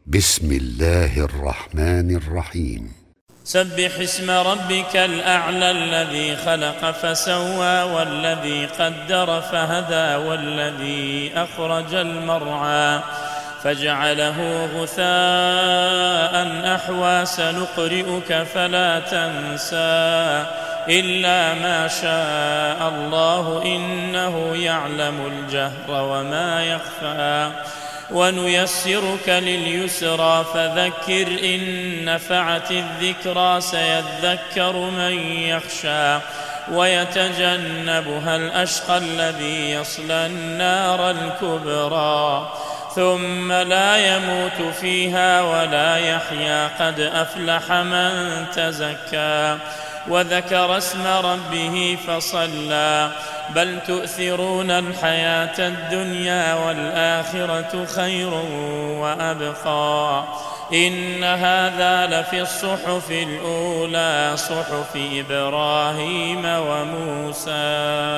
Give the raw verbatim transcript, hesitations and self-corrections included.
بسم الله الرحمن الرحيم. سبح اسم ربك الأعلى الذي خلق فسوى والذي قدر فهدى والذي أخرج المرعى فجعله غثاء أحوى سنقرئك فلا تنسى إلا ما شاء الله إنه يعلم الجهر وما يخفى ونيسرك لليسرى فذكر إن نفعت الذكرى سيذكر من يخشى ويتجنبها الأشقى الذي يصلى النار الكبرى ثم لا يموت فيها ولا يحيا قد أفلح من تزكى وذكر اسم ربه فصلى بل تؤثرون الحياة الدنيا والآخرة خير وأبقى إن هذا لفي الصحف الأولى صحف إبراهيم وموسى.